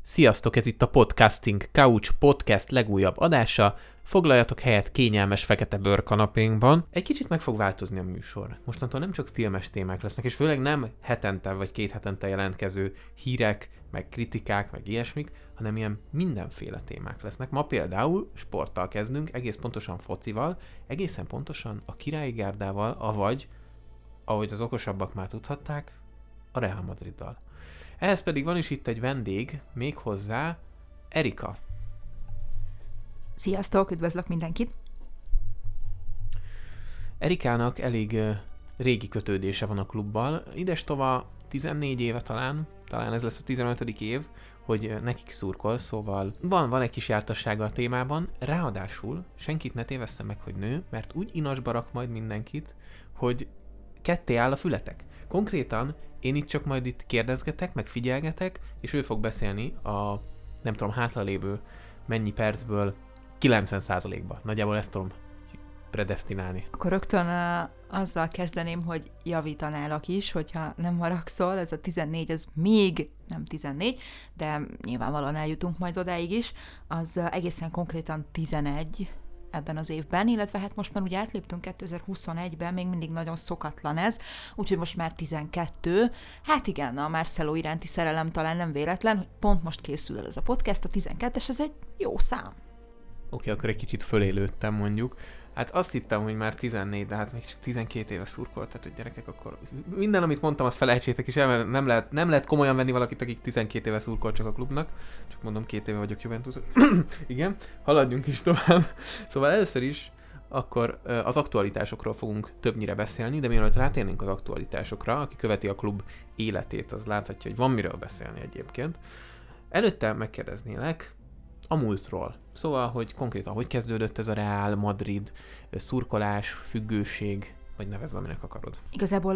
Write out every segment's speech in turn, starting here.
Sziasztok, ez itt a Podcasting Couch podcast legújabb adása. Foglaljatok helyet kényelmes fekete bőrkanapénkban. Egy kicsit meg fog változni a műsor. Mostantól nem csak filmes témák lesznek, és főleg nem hetente vagy 2 hetente jelentkező hírek, meg kritikák, meg ilyesmik, hanem ilyen mindenféle témák lesznek. Ma például sporttal kezdünk, egész pontosan focival, egészen pontosan a Királyi Gárdával, avagy, ahogy az okosabbak már tudhatták, a Real Madriddal. Ehhez pedig van is itt egy vendég, méghozzá Erika. Sziasztok, üdvözlök mindenkit! Erikának elég régi kötődése van a klubbal. Idestova 14 éve talán ez lesz a 15. év, hogy nekik szurkol, szóval van egy kis jártassága a témában, ráadásul senkit ne tévesszen meg, hogy nő, mert úgy inasba rak majd mindenkit, hogy ketté áll a fületek. Konkrétan én itt csak majd itt kérdezgetek, meg figyelgetek, és ő fog beszélni a, nem tudom, hátralévő mennyi percből 90%-ba. Nagyjából ezt tudom predesztinálni. Akkor rögtön azzal kezdeném, hogy javítanálak is, hogyha nem haragszol, ez a 14, ez még nem 14, de nyilvánvalóan eljutunk majd odáig is, az egészen konkrétan 11 ebben az évben, illetve hát most már ugye átléptünk 2021-ben, még mindig nagyon szokatlan ez, úgyhogy most már 12. Hát igen, a Marcelo iránti szerelem talán nem véletlen, hogy pont most készül el ez a podcast, a 12-es, ez egy jó szám. Oké, akkor egy kicsit fölélődtem mondjuk. Hát azt hittem, hogy már 14, de hát még csak 12 éve szurkolt, tehát hogy gyerekek, akkor minden, amit mondtam, azt felejtsétek is el, mert nem lehet komolyan venni valakit, akik 12 éve szurkolt csak a klubnak. Csak mondom, 2 éve vagyok Juventus. Igen, haladjunk is tovább. Szóval először is akkor az aktualitásokról fogunk többnyire beszélni, de mielőtt rátérnénk az aktualitásokra, aki követi a klub életét, az láthatja, hogy van miről beszélni egyébként. Előtte megkérdeznélek a múltról. Szóval, hogy konkrétan hogy kezdődött ez a Real Madrid, szurkolás, függőség, vagy nevezd, aminek akarod. Igazából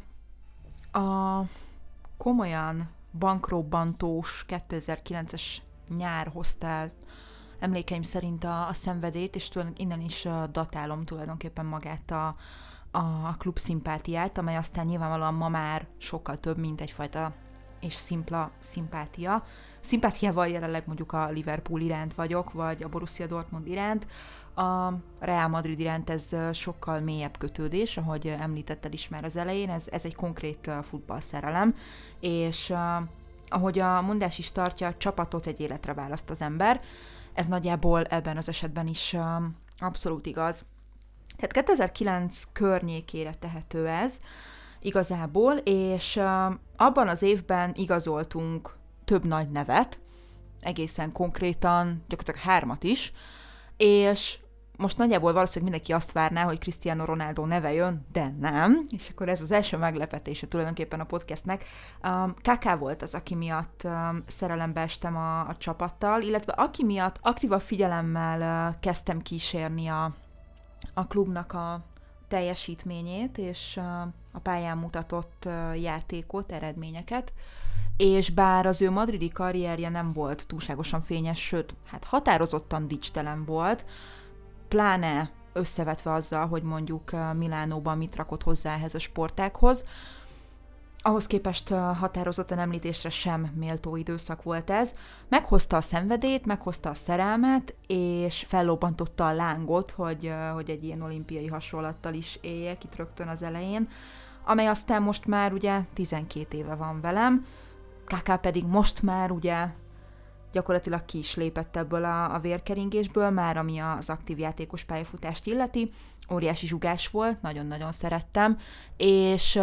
a komolyan bankrobbantós 2009-es nyár hozta el emlékeim szerint a szenvedét, és innen is datálom tulajdonképpen magát a klub szimpátiát, amely aztán nyilvánvalóan ma már sokkal több, mint egyfajta és szimpla szimpátia. Szimpátiával jelenleg mondjuk a Liverpool iránt vagyok, vagy a Borussia Dortmund iránt. A Real Madrid iránt ez sokkal mélyebb kötődés, ahogy említetted is már az elején, ez egy konkrét futballszerelem, és ahogy a mondás is tartja, csapatot egy életre választ az ember. Ez nagyjából ebben az esetben is abszolút igaz. Tehát 2009 környékére tehető ez igazából, és abban az évben igazoltunk több nagy nevet, egészen konkrétan gyakorlatilag 3 is, és most nagyjából valószínűleg mindenki azt várná, hogy Cristiano Ronaldo neve jön, de nem, és akkor ez az első meglepetése tulajdonképpen a podcastnek. Kaká volt az, aki miatt szerelembe estem a csapattal, illetve aki miatt aktívabb figyelemmel kezdtem kísérni a klubnak a teljesítményét, és a pályán mutatott játékot, eredményeket, és bár az ő madridi karrierje nem volt túlságosan fényes, sőt, hát határozottan dicstelen volt, pláne összevetve azzal, hogy mondjuk Milánóban mit rakott hozzá ehhez a sportághoz, ahhoz képest határozottan említésre sem méltó időszak volt ez. Meghozta a szenvedélyt, meghozta a szerelmet, és fellobbantotta a lángot, hogy egy ilyen olimpiai hasonlattal is éljek itt rögtön az elején, amely aztán most már ugye 12 éve van velem, Kaká pedig most már ugye gyakorlatilag ki is lépett ebből a vérkeringésből, már ami az aktív játékos pályafutást illeti. Óriási zsugás volt, nagyon-nagyon szerettem, és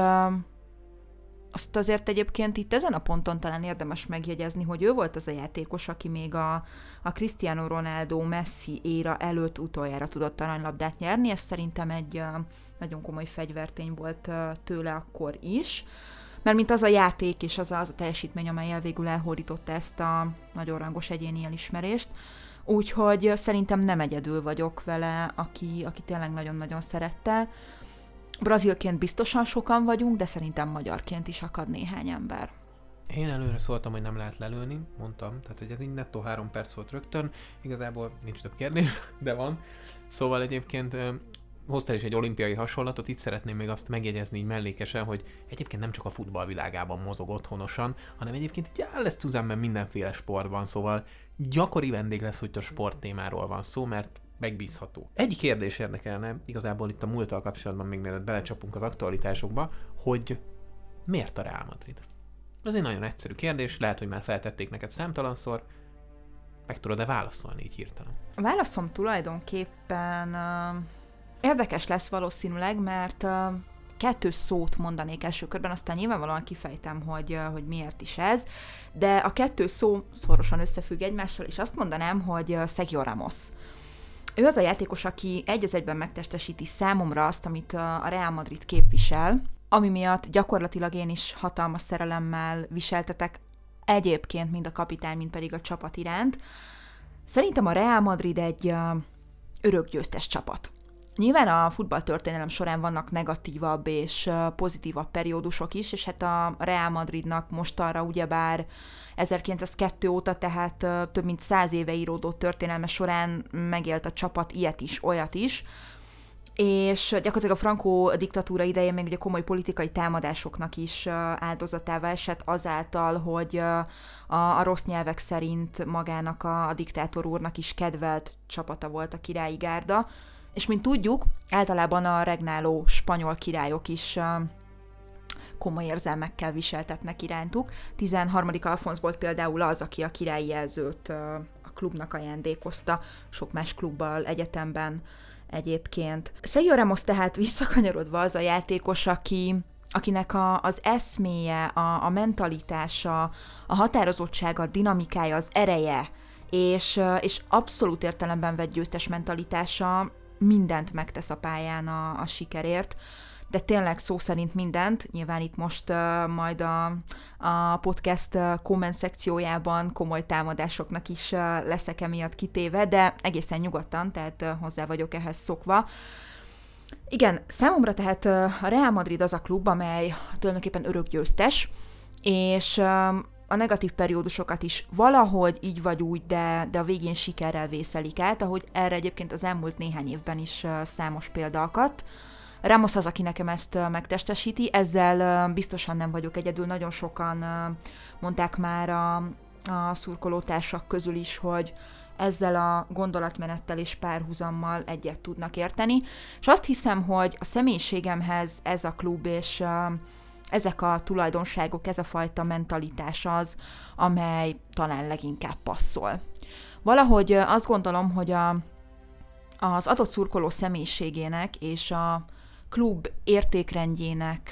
azt azért egyébként itt ezen a ponton talán érdemes megjegyezni, hogy ő volt az a játékos, aki még a Cristiano Ronaldo Messi éra előtt utoljára tudott aranylabdát nyerni, ez szerintem egy nagyon komoly fegyvertény volt tőle akkor is, mert mint az a játék és az a teljesítmény, amelyel végül elhódította ezt a nagyon rangos egyéni elismerést. Úgyhogy szerintem nem egyedül vagyok vele, aki tényleg nagyon-nagyon szerette. Brazilként biztosan sokan vagyunk, de szerintem magyarként is akad néhány ember. Én előre szóltam, hogy nem lehet lelőni, mondtam, tehát hogy ez így nettó 3 perc volt rögtön, igazából nincs több kérdés, de van. Szóval egyébként hoztál is egy olimpiai hasonlatot, itt szeretném még azt megjegyezni így mellékesen, hogy egyébként nem csak a futballvilágában mozog otthonosan, hanem egyébként így áll lesz Zuzanben mindenféle sportban, szóval gyakori vendég lesz, hogy a sporttémáról van szó, mert megbízható. Egy kérdés érdekelne, igazából itt a múlttal kapcsolatban, még mielőtt belecsapunk az aktualitásokba, hogy miért a Real Madrid? Ez egy nagyon egyszerű kérdés, lehet, hogy már feltették neked számtalanszor, meg tudod-e válaszolni így hirtelen? A válaszom tulajdonképpen érdekes lesz valószínűleg, mert 2 szót mondanék első körben, aztán nyilvánvalóan kifejtem, hogy miért is ez, de a 2 szó szorosan összefügg egymással, és azt mondanám, hogy Sergio Ramos. Ő az a játékos, aki egy az egyben megtestesíti számomra azt, amit a Real Madrid képvisel, ami miatt gyakorlatilag én is hatalmas szerelemmel viseltetek egyébként mind a kapitány, mind pedig a csapat iránt. Szerintem a Real Madrid egy örökgyőztes csapat. Nyilván a futballtörténelem során vannak negatívabb és pozitívabb periódusok is, és hát a Real Madridnak mostanra ugyebár 1902 óta, tehát több mint 100 éve íródó történelme során megélt a csapat ilyet is, olyat is, és gyakorlatilag a Franco diktatúra idején még ugye komoly politikai támadásoknak is áldozatává esett azáltal, hogy a rossz nyelvek szerint magának a diktátor úrnak is kedvelt csapata volt a királyi gárda, és mint tudjuk, általában a regnáló spanyol királyok is komoly érzelmekkel viseltetnek irántuk. 13. Alfonz volt például az, aki a királyi jelzőt a klubnak ajándékozta, sok más klubbal egyetemben egyébként. Sergio Ramos tehát visszakanyarodva az a játékos, akinek az eszméje, a mentalitása, a határozottsága, a dinamikája, az ereje, és abszolút értelemben vett győztes mentalitása mindent megtesz a pályán a sikerért, de tényleg szó szerint mindent, nyilván itt most majd a podcast komment szekciójában komoly támadásoknak is leszek emiatt kitéve, de egészen nyugodtan, tehát hozzá vagyok ehhez szokva. Igen, számomra tehát a Real Madrid az a klub, amely tulajdonképpen örökgyőztes, és a negatív periódusokat is valahogy így vagy úgy, de a végén sikerrel vészelik át, ahogy erre egyébként az elmúlt néhány évben is számos példa akadt. Ramos az, aki nekem ezt megtestesíti, ezzel biztosan nem vagyok egyedül, nagyon sokan mondták már a szurkolótársak közül is, hogy ezzel a gondolatmenettel és párhuzammal egyet tudnak érteni, és azt hiszem, hogy a személyiségemhez ez a klub és ezek a tulajdonságok, ez a fajta mentalitás az, amely talán leginkább passzol. Valahogy azt gondolom, hogy az adott szurkoló személyiségének és a klub értékrendjének,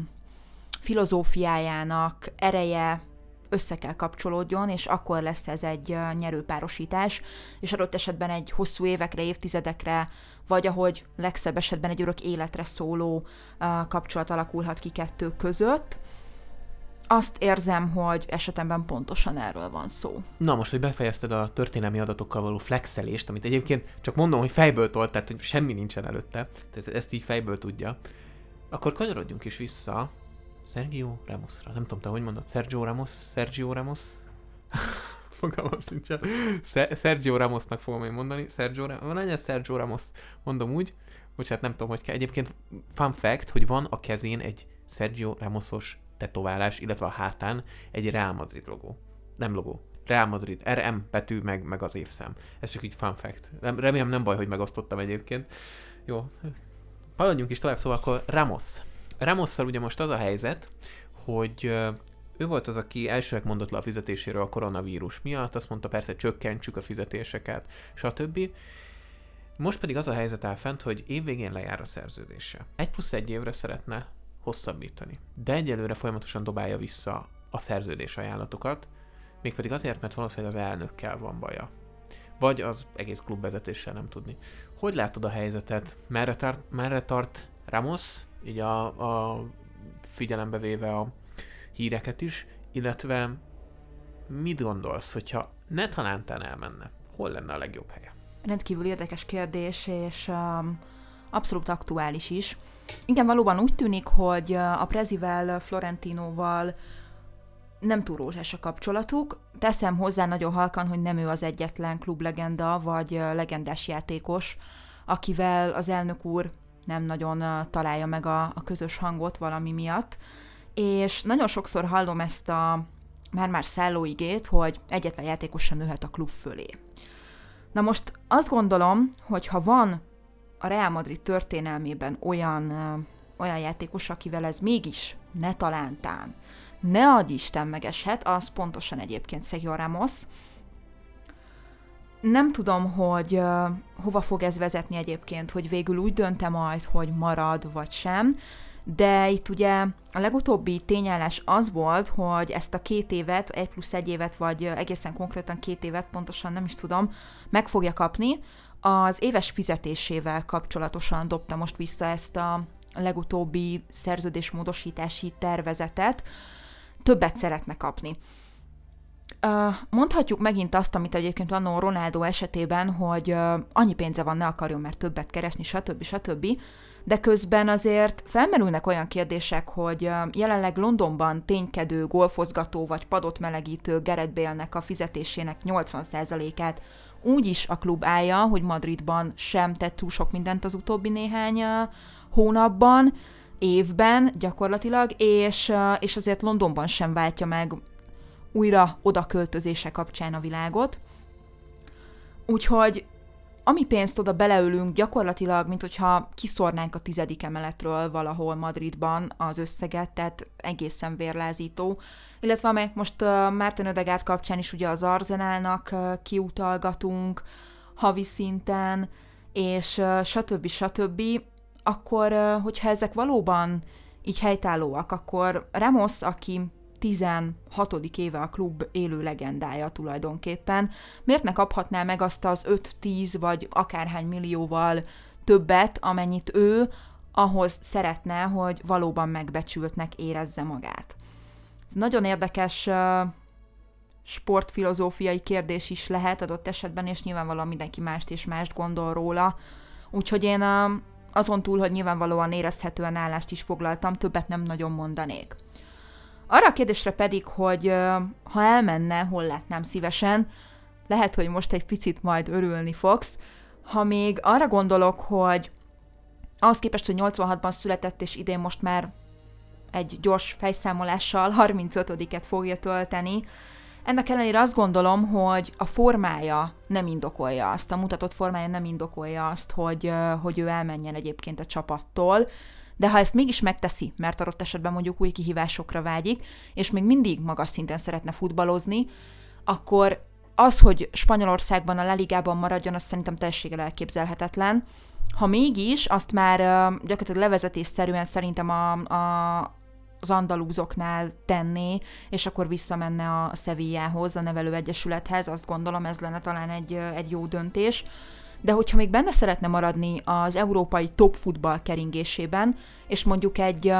filozófiájának ereje össze kell kapcsolódjon, és akkor lesz ez egy nyerőpárosítás, és adott esetben egy hosszú évekre, évtizedekre, vagy ahogy legszebb esetben egy örök életre szóló kapcsolat alakulhat ki 2 között. Azt érzem, hogy esetemben pontosan erről van szó. Na most, hogy befejezted a történelmi adatokkal való flexelést, amit egyébként csak mondom, hogy fejből tolt, tehát hogy semmi nincsen előtte, tehát ezt így fejből tudja, akkor kanyarodjunk is vissza Sergio Ramosra. Nem tudom, te hogy mondod? Sergio Ramos? Fogalmam sincsen. Sergio Ramosnak fogom én mondani. Sergio Ramos. Mondom úgy, hogy hát nem tudom, hogy kell. Egyébként fun fact, hogy van a kezén egy Sergio Ramosos tetoválás, illetve a hátán egy Real Madrid logó. Nem logó. Real Madrid, RM betű, meg az évszám. Ez csak így fun fact. Remélem nem baj, hogy megosztottam egyébként. Jó. Haladjunk is tovább, szóval akkor Ramosszal ugye most az a helyzet, hogy ő volt az, aki elsőnek mondott le a fizetéséről a koronavírus miatt, azt mondta persze csökkentsük a fizetéseket, stb. Most pedig az a helyzet áll fent, hogy évvégén lejár a szerződése. 1+1 évre szeretne hosszabbítani. De egyelőre folyamatosan dobálja vissza a szerződés ajánlatokat, mégpedig azért, mert valószínűleg az elnökkel van vagy az egész klubvezetéssel, nem tudni. Hogy látod a helyzetet? Merre tart Ramos, így a figyelembe véve a híreket is, illetve mit gondolsz, hogyha ne talántán elmenne? Hol lenne a legjobb helye? Rendkívül érdekes kérdés, és abszolút aktuális is. Igen, valóban úgy tűnik, hogy a Prezivel, Florentinoval nem túl rózsás a kapcsolatuk. Teszem hozzá nagyon halkan, hogy nem ő az egyetlen klublegenda, vagy legendás játékos, akivel az elnök úr nem nagyon találja meg a közös hangot valami miatt. És nagyon sokszor hallom ezt a már-már szállóigét, hogy egyetlen játékos sem nőhet a klub fölé. Na most azt gondolom, hogy ha van a Real Madrid történelmében olyan játékos, akivel ez mégis ne talántán, ne adj Isten megeshet, az pontosan egyébként Sergio Ramos. Nem tudom, hogy hova fog ez vezetni egyébként, hogy végül úgy dönt-e majd, hogy marad vagy sem, de itt ugye a legutóbbi tényállás az volt, hogy ezt a 2 évet, 1+1 évet, vagy egészen konkrétan 2 évet, pontosan nem is tudom, meg fogja kapni. Az éves fizetésével kapcsolatosan dobta most vissza ezt a legutóbbi szerződésmódosítási tervezetet, többet szeretne kapni. Mondhatjuk megint azt, amit egyébként annó Ronaldo esetében, hogy annyi pénze van, ne akarjon már többet keresni, stb. De közben azért felmerülnek olyan kérdések, hogy jelenleg Londonban ténykedő, golfozgató vagy padot melegítő Gareth Bale-nek a fizetésének 80%-át úgyis a klub állja, hogy Madridban sem tett túl sok mindent az utóbbi néhány hónapban, évben gyakorlatilag, és azért Londonban sem váltja meg újra oda költözése kapcsán a világot. Úgyhogy ami pénzt oda beleölünk, gyakorlatilag, mint hogyha kiszórnánk a 10. emeletről valahol Madridban az összeget, tehát egészen vérlázító. Illetve amelyek most Martin Ödegaard kapcsán is ugye az Arsenalnak kiutalgatunk havi szinten, és stb. Akkor, hogyha ezek valóban így helytállóak, akkor Ramos, aki 16. éve a klub élő legendája tulajdonképpen, miért ne kaphatná meg azt az 5-10 vagy akárhány millióval többet, amennyit ő ahhoz szeretne, hogy valóban megbecsültnek érezze magát. Ez nagyon érdekes sportfilozófiai kérdés is lehet adott esetben, és nyilvánvalóan mindenki mást és mást gondol róla. Úgyhogy én azon túl, hogy nyilvánvalóan érezhetően állást is foglaltam, többet nem nagyon mondanék. Arra a kérdésre pedig, hogy ha elmenne, hol látnám szívesen, lehet, hogy most egy picit majd örülni fogsz, ha még arra gondolok, hogy ahhoz képest, hogy 86-ban született, és idén most már egy gyors fejszámolással 35-et fogja tölteni, ennek ellenére azt gondolom, hogy a formája nem indokolja azt, a mutatott formája nem indokolja azt, hogy ő elmenjen egyébként a csapattól, de ha ezt mégis megteszi, mert adott esetben mondjuk új kihívásokra vágyik, és még mindig magas szinten szeretne futballozni, akkor az, hogy Spanyolországban, a La Ligában maradjon, az szerintem teljességgel elképzelhetetlen. Ha mégis, azt már gyakorlatilag levezetésszerűen szerintem az andalúzoknál tenné, és akkor visszamenne a Sevillához, a nevelőegyesülethez, azt gondolom, ez lenne talán egy jó döntés. De hogyha még benne szeretne maradni az európai top futball keringésében, és mondjuk egy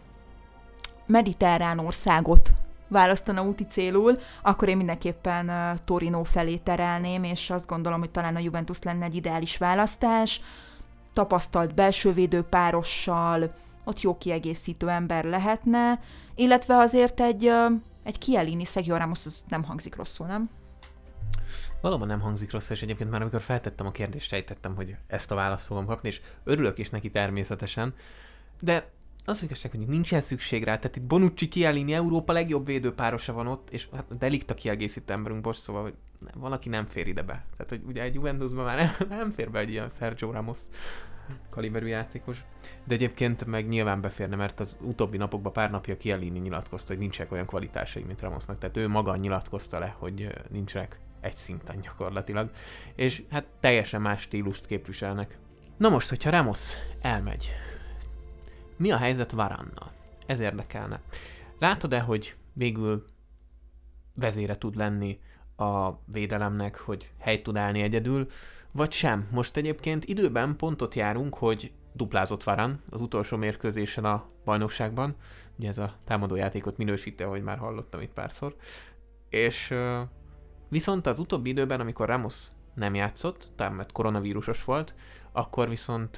mediterrán országot választana úti célul, akkor én mindenképpen Torino felé terelném, és azt gondolom, hogy talán a Juventus lenne egy ideális választás, tapasztalt belsővédő párossal, ott jó kiegészítő ember lehetne, illetve azért egy Chiellini, Sergio Ramos, az nem hangzik rosszul, nem? Valóban nem hangzik rosszul, és egyébként már amikor feltettem a kérdést, sejtettem, hogy ezt a választ fogom kapni, és örülök is neki természetesen, de az igazság, hogy nincsen szükség rá, tehát itt Bonucci, Chiellini, Európa legjobb védőpárosa van ott, és hát De Ligt a kiegészítő emberünk, bocs, szóval, hogy valaki nem fér ide be. Tehát, hogy ugye egy Juventusban már nem fér be egy ilyen Sergio Ramos kaliberű játékos. De egyébként meg nyilván beférne, mert az utóbbi napokban pár napja Chiellini nyilatkozta, hogy nincsenek olyan kvalitásai, mint Ramosnak. Tehát ő maga nyilatkozta le, hogy nincsenek egy szinten gyakorlatilag. És hát teljesen más stílust képviselnek. Na most, hogyha Ramos elmegy, mi a helyzet Varannal? Ez érdekelne. Látod-e, hogy végül vezére tud lenni a védelemnek, hogy helyt tud állni egyedül, vagy sem? Most egyébként időben pontot járunk, hogy duplázott Varane az utolsó mérkőzésen a bajnokságban. Ugye ez a támadójátékot minősíti, ahogy már hallottam itt párszor. És viszont az utóbbi időben, amikor Ramos nem játszott, talán mert koronavírusos volt, akkor viszont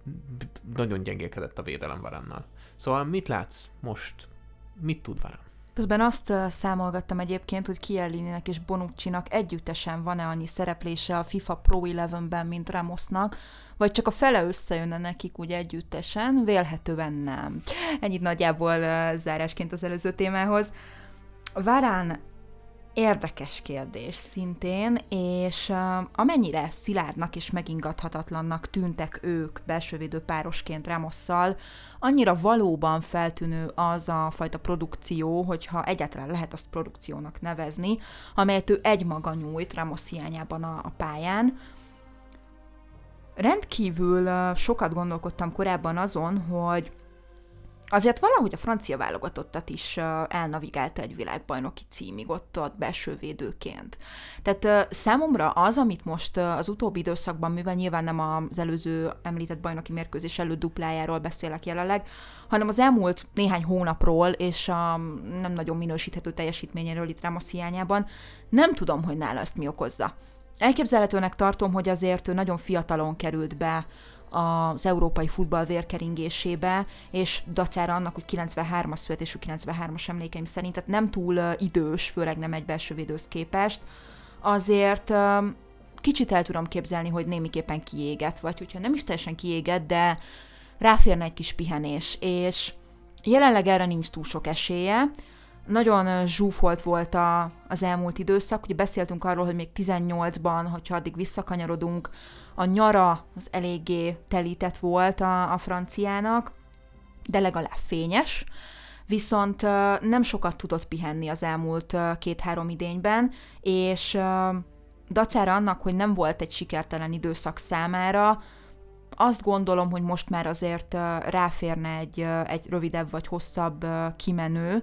nagyon gyengélkedett a védelem Varannal. Szóval mit látsz most? Mit tud Varane? Közben azt számolgattam egyébként, hogy Chiellininek és Bonuccinak együttesen van-e annyi szereplése a FIFA Pro 11-ben, mint Ramosnak, vagy csak a fele összejönne nekik úgy együttesen, vélhetően nem. Ennyit nagyjából zárásként az előző témához. Varane érdekes kérdés szintén, és amennyire szilárdnak és megingathatatlannak tűntek ők belsővédő párosként Ramosszal, annyira valóban feltűnő az a fajta produkció, hogyha egyáltalán lehet azt produkciónak nevezni, amelyet ő egymaga nyújt Ramos hiányában a pályán. Rendkívül sokat gondolkodtam korábban azon, hogy azért valahogy a francia válogatottat is elnavigálta egy világbajnoki címig ott belsővédőként. Tehát számomra az, amit most az utóbbi időszakban, mivel nyilván nem az előző említett bajnoki mérkőzés előtt duplájáról beszélek jelenleg, hanem az elmúlt néhány hónapról és a nem nagyon minősíthető teljesítményéről itt Ramos hiányában, nem tudom, hogy nála ezt mi okozza. Elképzelhetőnek tartom, hogy azért ő nagyon fiatalon került be az európai futball vérkeringésébe, és dacára annak, hogy 93-as születésű, 93-as emlékeim szerint, tehát nem túl idős, főleg nem egy belsővédőhöz képest, azért kicsit el tudom képzelni, hogy némiképpen kiégett, vagy hogyha nem is teljesen kiégett, de ráférne egy kis pihenés, és jelenleg erre nincs túl sok esélye. Nagyon zsúfolt volt az elmúlt időszak, ugye beszéltünk arról, hogy még 18-ban, hogyha addig visszakanyarodunk, a nyara az eléggé telített volt a franciának, de legalább fényes, viszont nem sokat tudott pihenni az elmúlt 2-3 idényben, és dacára annak, hogy nem volt egy sikertelen időszak számára, azt gondolom, hogy most már azért ráférne egy rövidebb vagy hosszabb kimenő,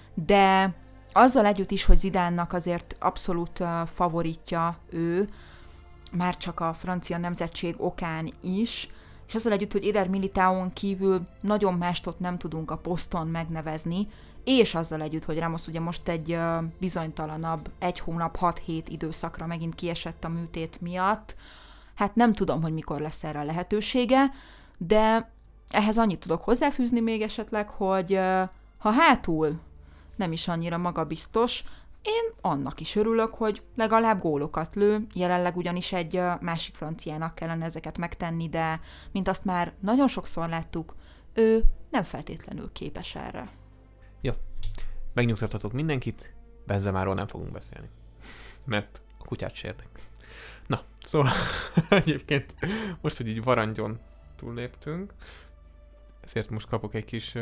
de azzal együtt is, hogy Zidane-nak azért abszolút favoritja ő, már csak a francia nemzetség okán is, és azzal együtt, hogy Eder Militaón kívül nagyon mástot nem tudunk a poszton megnevezni, és azzal együtt, hogy Ramos ugye most egy bizonytalanabb 1 hónap, 6 hét időszakra megint kiesett a műtét miatt, hát nem tudom, hogy mikor lesz erre a lehetősége, de ehhez annyit tudok hozzáfűzni még esetleg, hogy ha hátul nem is annyira magabiztos, én annak is örülök, hogy legalább gólokat lő, jelenleg ugyanis egy másik franciának kellene ezeket megtenni, de mint azt már nagyon sokszor láttuk, ő nem feltétlenül képes erre. Jó, megnyugtathatok mindenkit, Benzemáról nem fogunk beszélni, mert a kutyát se érdek. Na, szóval egyébként most, hogy így Varangyon túlléptünk, ezért most kapok egy kis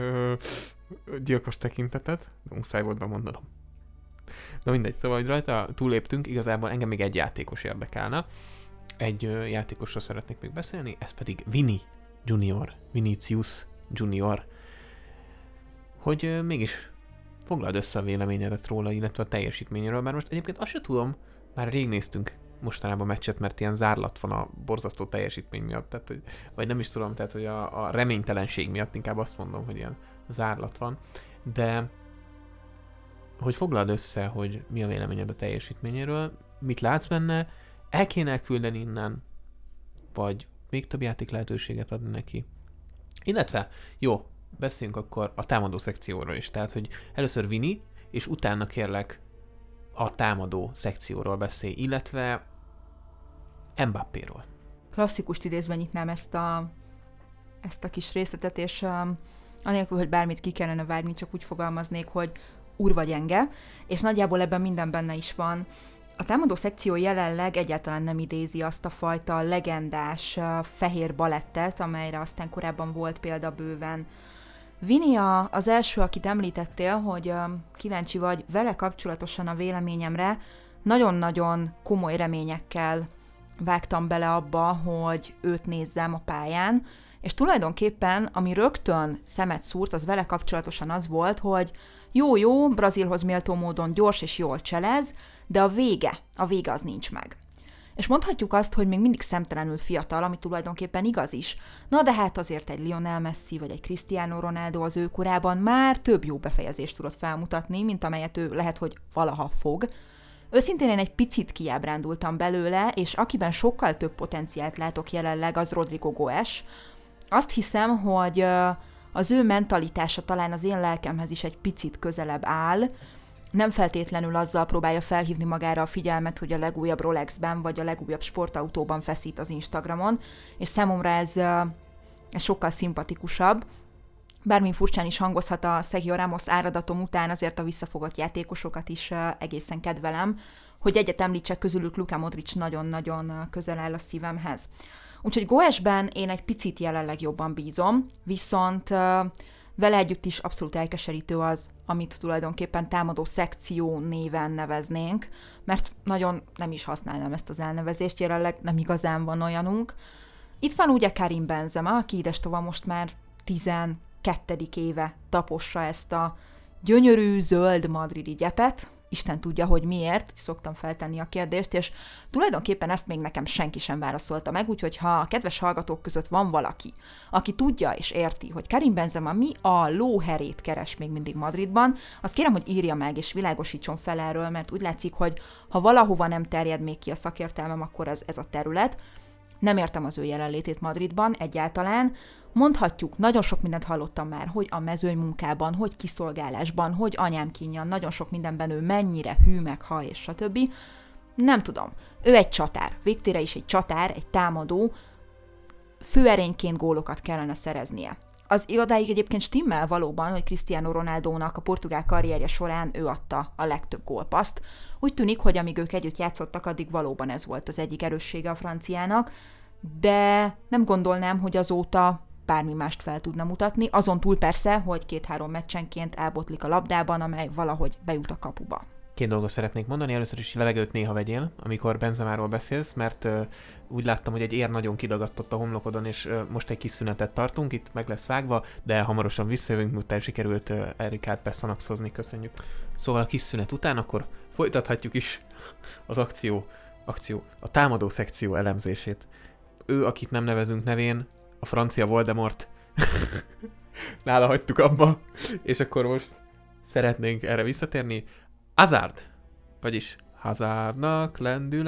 gyilkos tekintetet, de muszáj volt bemondanom. Na mindegy, szóval, hogy rajta túléptünk, igazából engem még egy játékos érdekelne. Egy játékosról szeretnék még beszélni, ez pedig Vinicius Junior. Hogy mégis foglald össze a véleményedet róla, illetve a teljesítményéről, bár most egyébként azt se tudom, már rég néztünk mostanában meccset, mert ilyen zárlat van a borzasztó teljesítmény miatt, tehát, hogy, vagy nem is tudom, tehát hogy a reménytelenség miatt inkább azt mondom, hogy ilyen zárlat van, de hogy foglald össze, hogy mi a véleményed a teljesítményéről, mit látsz benne, el kéne elküldeni innen, vagy még több játék lehetőséget adni neki. Illetve, jó, beszéljünk akkor a támadó szekcióról is, tehát, hogy először Vini, és utána kérlek a támadó szekcióról beszélj, illetve Mbappéról. Klasszikust idézve nyitnám ezt a kis részletet, és anélkül, hogy bármit ki kellene vágni, csak úgy fogalmaznék, hogy urva gyenge, és nagyjából ebben minden benne is van. A támadó szekció jelenleg egyáltalán nem idézi azt a fajta legendás fehér balettet, amelyre aztán korábban volt példa bőven. Vini az első, akit említettél, hogy kíváncsi vagy vele kapcsolatosan a véleményemre, nagyon-nagyon komoly reményekkel vágtam bele abba, hogy őt nézzem a pályán, és tulajdonképpen, ami rögtön szemet szúrt, az vele kapcsolatosan az volt, hogy jó, Brazílhoz méltó módon gyors és jól cselez, de a vége az nincs meg. És mondhatjuk azt, hogy még mindig szemtelenül fiatal, ami tulajdonképpen igaz is. Na de hát azért egy Lionel Messi vagy egy Cristiano Ronaldo az ő korában már több jó befejezést tudott felmutatni, mint amelyet ő lehet, hogy valaha fog. Őszintén én egy picit kiábrándultam belőle, és akiben sokkal több potenciált látok jelenleg, az Rodrigo Goes. Azt hiszem, hogy az ő mentalitása talán az én lelkemhez is egy picit közelebb áll, nem feltétlenül azzal próbálja felhívni magára a figyelmet, hogy a legújabb Rolexben vagy a legújabb sportautóban feszít az Instagramon, és számomra ez sokkal szimpatikusabb. Bármi furcsán is hangozhat, a Sergio Ramos áradatom után azért a visszafogott játékosokat is egészen kedvelem, hogy egyet említsek, közülük Luka Modric nagyon-nagyon közel áll a szívemhez. Úgyhogy Goesben én egy picit jelenleg jobban bízom, viszont vele együtt is abszolút elkeserítő az, amit tulajdonképpen támadó szekció néven neveznénk, mert nagyon nem is használnám ezt az elnevezést, jelenleg nem igazán van olyanunk. Itt van ugye Karim Benzema, aki idestova most már 12. éve tapossa ezt a gyönyörű zöld madridi gyepet, Isten tudja, hogy miért, szoktam feltenni a kérdést, és tulajdonképpen ezt még nekem senki sem válaszolta meg, úgyhogy ha a kedves hallgatók között van valaki, aki tudja és érti, hogy Karim Benzema mi a lóherét keres még mindig Madridban, azt kérem, hogy írja meg és világosítson fel erről, mert úgy látszik, hogy ha valahova nem terjed még ki a szakértelmem, akkor ez a terület. Nem értem az ő jelenlétét Madridban egyáltalán. Mondhatjuk, nagyon sok mindent hallottam már, hogy a mezőnymunkában, hogy kiszolgálásban, hogy anyám kínjan, nagyon sok mindenben ő mennyire hű, meg ha és stb. Nem tudom. Ő egy csatár. Végtére is egy csatár, egy támadó. Főerényként gólokat kellene szereznie. Az odáig egyébként stimmel valóban, hogy Cristiano Ronaldónak a portugál karrierje során ő adta a legtöbb gólpasszt. Úgy tűnik, hogy amíg ők együtt játszottak, addig valóban ez volt az egyik erőssége a franciának, de nem gondolnám, hogy azóta bármi mást fel tudna mutatni, azon túl persze, hogy 2-3 meccsenként elbotlik a labdában, amely valahogy bejut a kapuba. 2 dolgot szeretnék mondani, először is levegőt néha vegyél, amikor Benzemáról beszélsz, mert úgy láttam, hogy egy ér nagyon kidagadtott a homlokodon, és most egy kis szünetet tartunk, itt meg lesz vágva, de hamarosan visszajövünk, miután sikerült Erikát beszanaxozni, köszönjük. Szóval a kis szünet után akkor folytathatjuk is az a támadó szekció elemzését. Ő, akit nem nevezünk nevén, a francia Voldemort, nála hagytuk abba, és akkor most szeretnénk erre visszatérni. Hazard, vagyis Hazardnak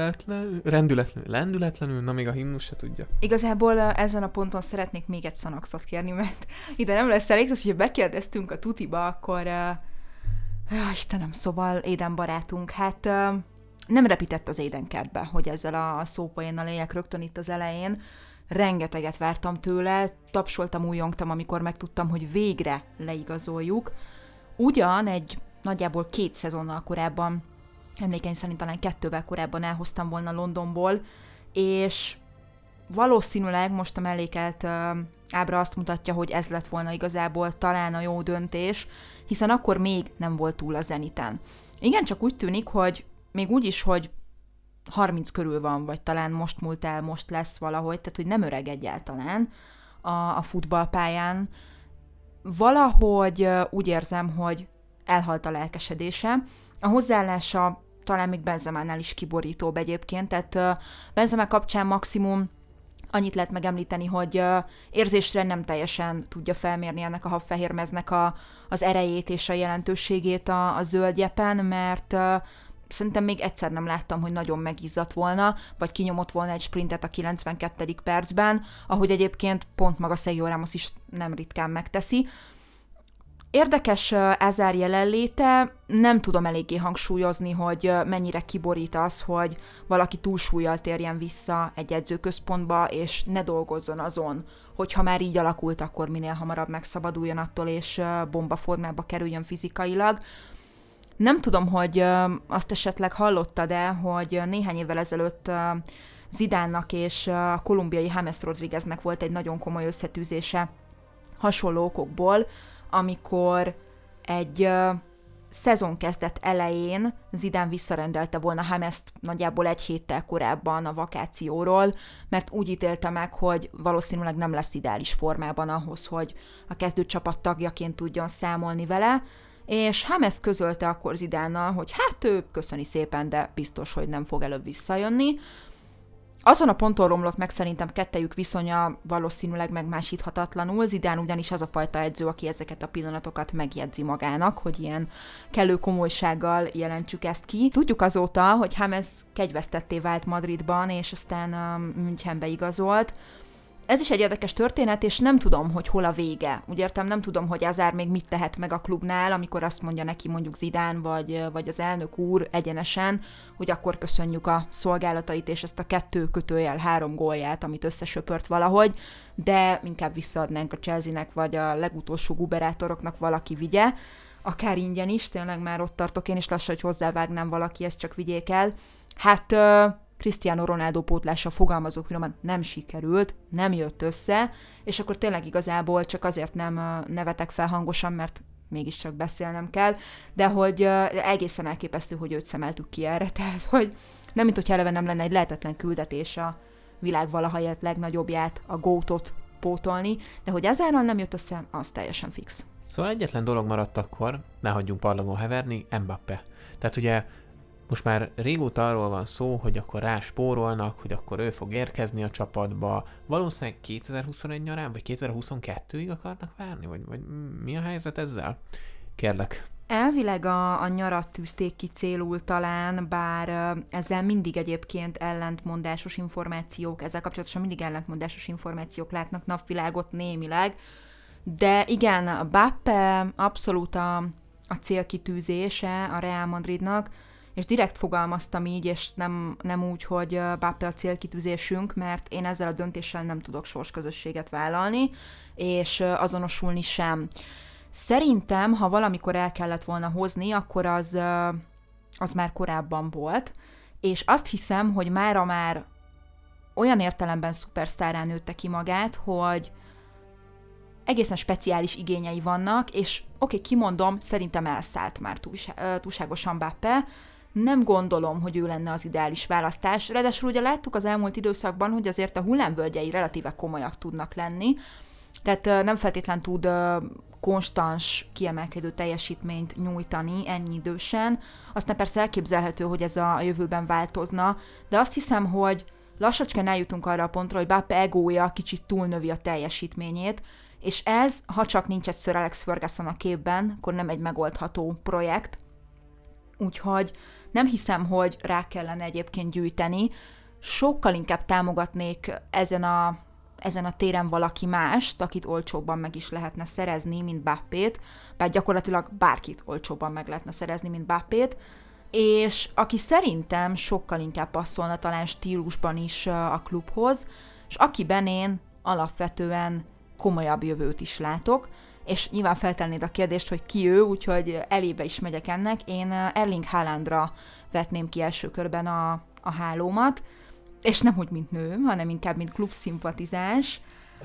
lendületlenül, na még a himnusz se tudja. Igazából ezen a ponton szeretnék még egy szanaxot kérni, mert ide nem lesz elég, hogyha bekérdeztünk a tutiba, akkor Istenem, szóval Éden barátunk, hát nem repített az édenkertbe, hogy ezzel a szópoénnal éljek rögtön itt az elején. Rengeteget vártam tőle, tapsoltam, újjongtam, amikor megtudtam, hogy végre leigazoljuk. Ugyan egy nagyjából 2 szezonnal korábban, emlékeim szerint talán 2-vel korábban elhoztam volna Londonból, és valószínűleg most a mellékelt ábra azt mutatja, hogy ez lett volna igazából talán a jó döntés, hiszen akkor még nem volt túl a Zeniten. Igen, csak úgy tűnik, hogy még úgy is, hogy 30 körül van, vagy talán most múlt el, most lesz valahogy, tehát hogy nem öreg egyáltalán a futballpályán. Valahogy úgy érzem, hogy elhalt a lelkesedése. A hozzáállása talán még Benzemánál is kiborítóbb egyébként, tehát Benzema kapcsán maximum annyit lehet megemlíteni, hogy érzésre nem teljesen tudja felmérni ennek a habfehérmeznek az erejét és a jelentőségét a zöldjepen, mert szerintem még egyszer nem láttam, hogy nagyon megizzadt volna, vagy kinyomott volna egy sprintet a 92. percben, ahogy egyébként pont maga Sergio Ramos is nem ritkán megteszi. Érdekes Hazard jelenléte, nem tudom eléggé hangsúlyozni, hogy mennyire kiborít az, hogy valaki túlsúllyal térjen vissza egy edzőközpontba, és ne dolgozzon azon, hogyha már így alakult, akkor minél hamarabb megszabaduljon attól, és bombaformába kerüljön fizikailag. Nem tudom, hogy azt esetleg hallottad-e, hogy néhány évvel ezelőtt Zidánnak és a kolumbiai James Rodrígueznek volt egy nagyon komoly összetűzése hasonló okokból, amikor egy szezonkezdet elején Zidane visszarendelte volna Jamest nagyjából 1 héttel korábban a vakációról, mert úgy ítélte meg, hogy valószínűleg nem lesz ideális formában ahhoz, hogy a kezdőcsapat tagjaként tudjon számolni vele, és James közölte akkor Zidánnal, hogy hát ő köszöni szépen, de biztos, hogy nem fog előbb visszajönni. Azon a ponton romlott meg szerintem kettejük viszonya valószínűleg megmásíthatatlanul. Zidane ugyanis az a fajta edző, aki ezeket a pillanatokat megjegyzi magának, hogy ilyen kellő komolysággal jelentsük ezt ki. Tudjuk azóta, hogy James kegyvesztetté vált Madridban, és aztán Münchenbe igazolt. Ez is egy érdekes történet, és nem tudom, hogy hol a vége. Úgy értem, nem tudom, hogy Hazard még mit tehet meg a klubnál, amikor azt mondja neki mondjuk Zidane vagy az elnök úr egyenesen, hogy akkor köszönjük a szolgálatait és ezt a 2/3 gólját, amit összesöpört valahogy, de inkább visszaadnánk a Chelsea-nek vagy a legutolsó guberátoroknak valaki vigye, akár ingyen is, tényleg már ott tartok én is lassan, hogy hozzávágnám valaki, ezt csak vigyék el. Hát Cristiano Ronaldo pótlása, fogalmazók finoman, nem sikerült, nem jött össze, és akkor tényleg igazából csak azért nem nevetek fel hangosan, mert mégiscsak beszélnem kell, de hogy egészen elképesztő, hogy őt szemeltük ki erre, tehát hogy nem, mint hogy eleve nem lenne egy lehetetlen küldetés a világ valaha élt legnagyobbját, a GOAT-ot pótolni, de hogy ezáltal nem jött össze, az teljesen fix. Szóval egyetlen dolog maradt akkor, ne hagyjunk parlagon heverni, Mbappé. Tehát ugye most már régóta arról van szó, hogy akkor rá spórolnak, hogy akkor ő fog érkezni a csapatba. Valószínűleg 2021 nyarán, vagy 2022-ig akarnak várni? Vagy mi a helyzet ezzel? Kérlek. Elvileg a nyarat tűzték ki célul talán, bár ezzel mindig egyébként ellentmondásos információk, ezzel kapcsolatosan mindig ellentmondásos információk látnak napvilágot némileg, de igen, Mbappé abszolút a célkitűzése a Real Madridnak, és direkt fogalmaztam így, és nem úgy, hogy Mbappé a célkitűzésünk, mert én ezzel a döntéssel nem tudok sorsközösséget vállalni, és azonosulni sem. Szerintem, ha valamikor el kellett volna hozni, akkor az már korábban volt, és azt hiszem, hogy mára már olyan értelemben szupersztárrá nőtte ki magát, hogy egészen speciális igényei vannak, és kimondom, szerintem elszállt már túlságosan Mbappé. Nem gondolom, hogy ő lenne az ideális választás. Ráadásul ugye láttuk az elmúlt időszakban, hogy azért a hullámvölgyei relatíve komolyak tudnak lenni, tehát nem feltétlen tud konstans, kiemelkedő teljesítményt nyújtani ennyi idősen. Aztán persze elképzelhető, hogy ez a jövőben változna, de azt hiszem, hogy lassacskán eljutunk arra a pontra, hogy Mbappé egója kicsit túlnövi a teljesítményét, és ez, ha csak nincs egy Sir Alex Ferguson a képben, akkor nem egy megoldható projekt. Úgyhogy nem hiszem, hogy rá kellene egyébként gyűjteni. Sokkal inkább támogatnék ezen a téren valaki mást, akit olcsóbban meg is lehetne szerezni, mint Mbappét, bár gyakorlatilag bárkit olcsóbban meg lehetne szerezni, mint Mbappét, és aki szerintem sokkal inkább passzolna talán stílusban is a klubhoz, és akiben én alapvetően komolyabb jövőt is látok, és nyilván feltennéd a kérdést, hogy ki ő, úgyhogy elébe is megyek ennek. Én Erling Haalandra vetném ki első körben a hálómat, és nem úgy, mint nő, hanem inkább, mint klubszimpatizáns.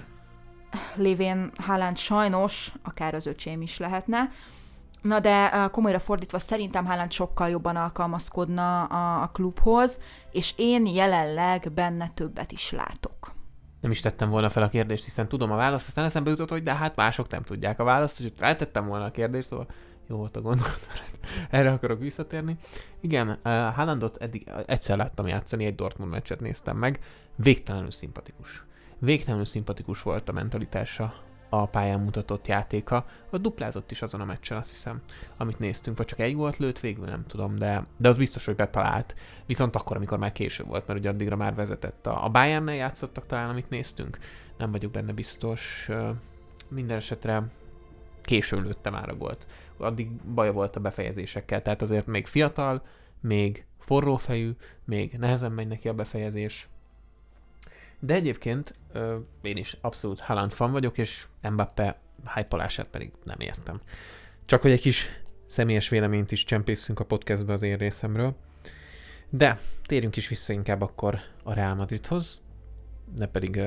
Lévén Haaland sajnos, akár az öcsém is lehetne. Na de komolyra fordítva szerintem Haaland sokkal jobban alkalmazkodna a klubhoz, és én jelenleg benne többet is látok. Nem is tettem volna fel a kérdést, hiszen tudom a választ, aztán eszembe jutott, hogy de hát mások nem tudják a választ, úgyhogy feltettem volna a kérdést, szóval jó volt a gondolat, erre akarok visszatérni. Igen, Haalandot eddig egyszer láttam játszani, egy Dortmund meccset néztem meg, végtelenül szimpatikus. Végtelenül szimpatikus volt a mentalitása, a pályán mutatott játéka, a duplázott is azon a meccsen, azt hiszem, amit néztünk, vagy csak egy volt lőtt, végül nem tudom, de az biztos, hogy betalált. Viszont akkor, amikor már késő volt, mert ugye addigra már vezetett. A Bayernnel játszottak talán, amit néztünk, nem vagyok benne biztos. Minden esetre késő lőtte már a gólt. Addig baja volt a befejezésekkel, tehát azért még fiatal, még forrófejű, még nehezen megy neki a befejezés. De egyébként én is abszolút Haaland fan vagyok, és Mbappé hype-olását pedig nem értem. Csak hogy egy kis személyes véleményt is csempészünk a podcastbe az én részemről. De térjünk is vissza inkább akkor a Real Madridhoz, ne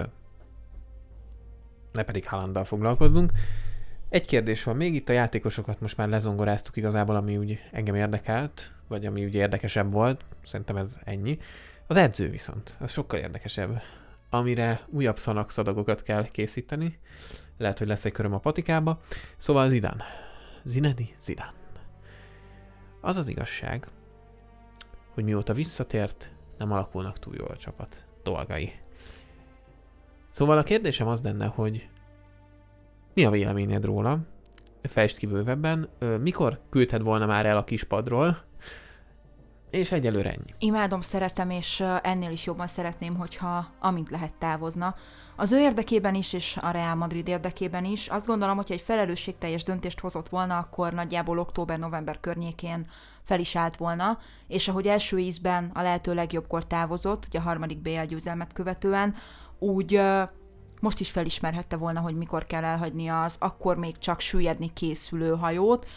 pedig Haalanddal foglalkozzunk. Egy kérdés van még, itt a játékosokat most már lezongoráztuk igazából, ami úgy engem érdekelt, vagy ami úgy érdekesebb volt, szerintem ez ennyi. Az edző viszont, az sokkal érdekesebb, amire újabb szanakszadagokat kell készíteni, lehet, hogy lesz egy köröm a patikába, szóval Zidane. Zinedine Zidane. Az az igazság, hogy mióta visszatért, nem alakulnak túl jól a csapat dolgai. Szóval a kérdésem az lenne, hogy mi a véleményed róla? Fejtsd ki bővebben. Mikor küldted volna már el a kispadról? És egyelőre ennyi. Imádom, szeretem, és ennél is jobban szeretném, hogyha amint lehet távozna. Az ő érdekében is, és a Real Madrid érdekében is. Azt gondolom, hogyha egy felelősségteljes döntést hozott volna, akkor nagyjából október-november környékén fel is állt volna, és ahogy első ízben a lehető legjobbkor távozott, ugye a harmadik BL győzelmet követően, úgy most is felismerhette volna, hogy mikor kell elhagynia az akkor még csak süllyedni készülő hajót.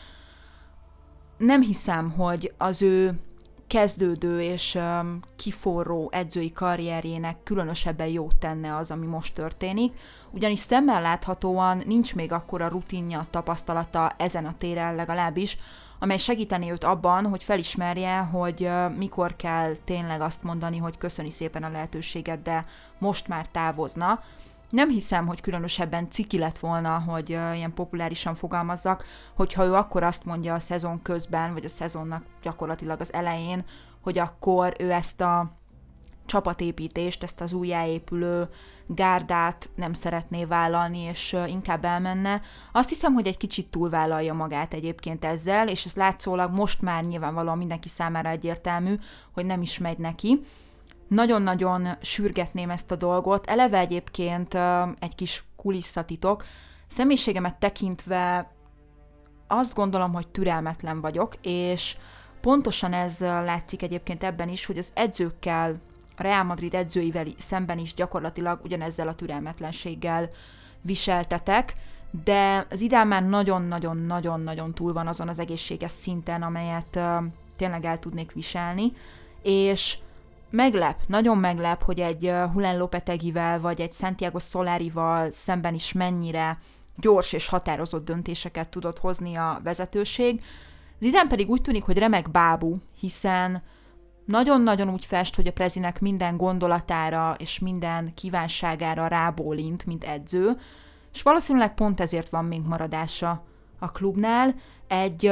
Nem hiszem, hogy az ő kezdődő és kiforró edzői karrierjének különösebben jót tenne az, ami most történik, ugyanis szemmel láthatóan nincs még akkora rutinja, tapasztalata ezen a téren legalábbis, amely segíteni őt abban, hogy felismerje, hogy mikor kell tényleg azt mondani, hogy köszöni szépen a lehetőséget, de most már távozna. Nem hiszem, hogy különösebben ciki lett volna, hogy ilyen populárisan fogalmazzak, hogyha ő akkor azt mondja a szezon közben, vagy a szezonnak gyakorlatilag az elején, hogy akkor ő ezt a csapatépítést, ezt az újjáépülő gárdát nem szeretné vállalni, és inkább elmenne. Azt hiszem, hogy egy kicsit túlvállalja magát egyébként ezzel, és ez látszólag most már nyilvánvalóan mindenki számára egyértelmű, hogy nem is megy neki. Nagyon-nagyon sürgetném ezt a dolgot. Eleve egyébként egy kis kulisszatitok. Személyiségemet tekintve azt gondolom, hogy türelmetlen vagyok, és pontosan ez látszik egyébként ebben is, hogy az edzőkkel, a Real Madrid edzőivel szemben is gyakorlatilag ugyanezzel a türelmetlenséggel viseltetek, de Zidane már nagyon-nagyon-nagyon-nagyon túl van azon az egészséges szinten, amelyet tényleg el tudnék viselni, és nagyon meglep, hogy egy Julen Lopetegivel vagy egy Santiago Solarival szemben is mennyire gyors és határozott döntéseket tudott hozni a vezetőség. Zidane pedig úgy tűnik, hogy remek bábú, hiszen nagyon-nagyon úgy fest, hogy a prezinek minden gondolatára és minden kívánságára rábólint, mint edző, és valószínűleg pont ezért van még maradása a klubnál. Egy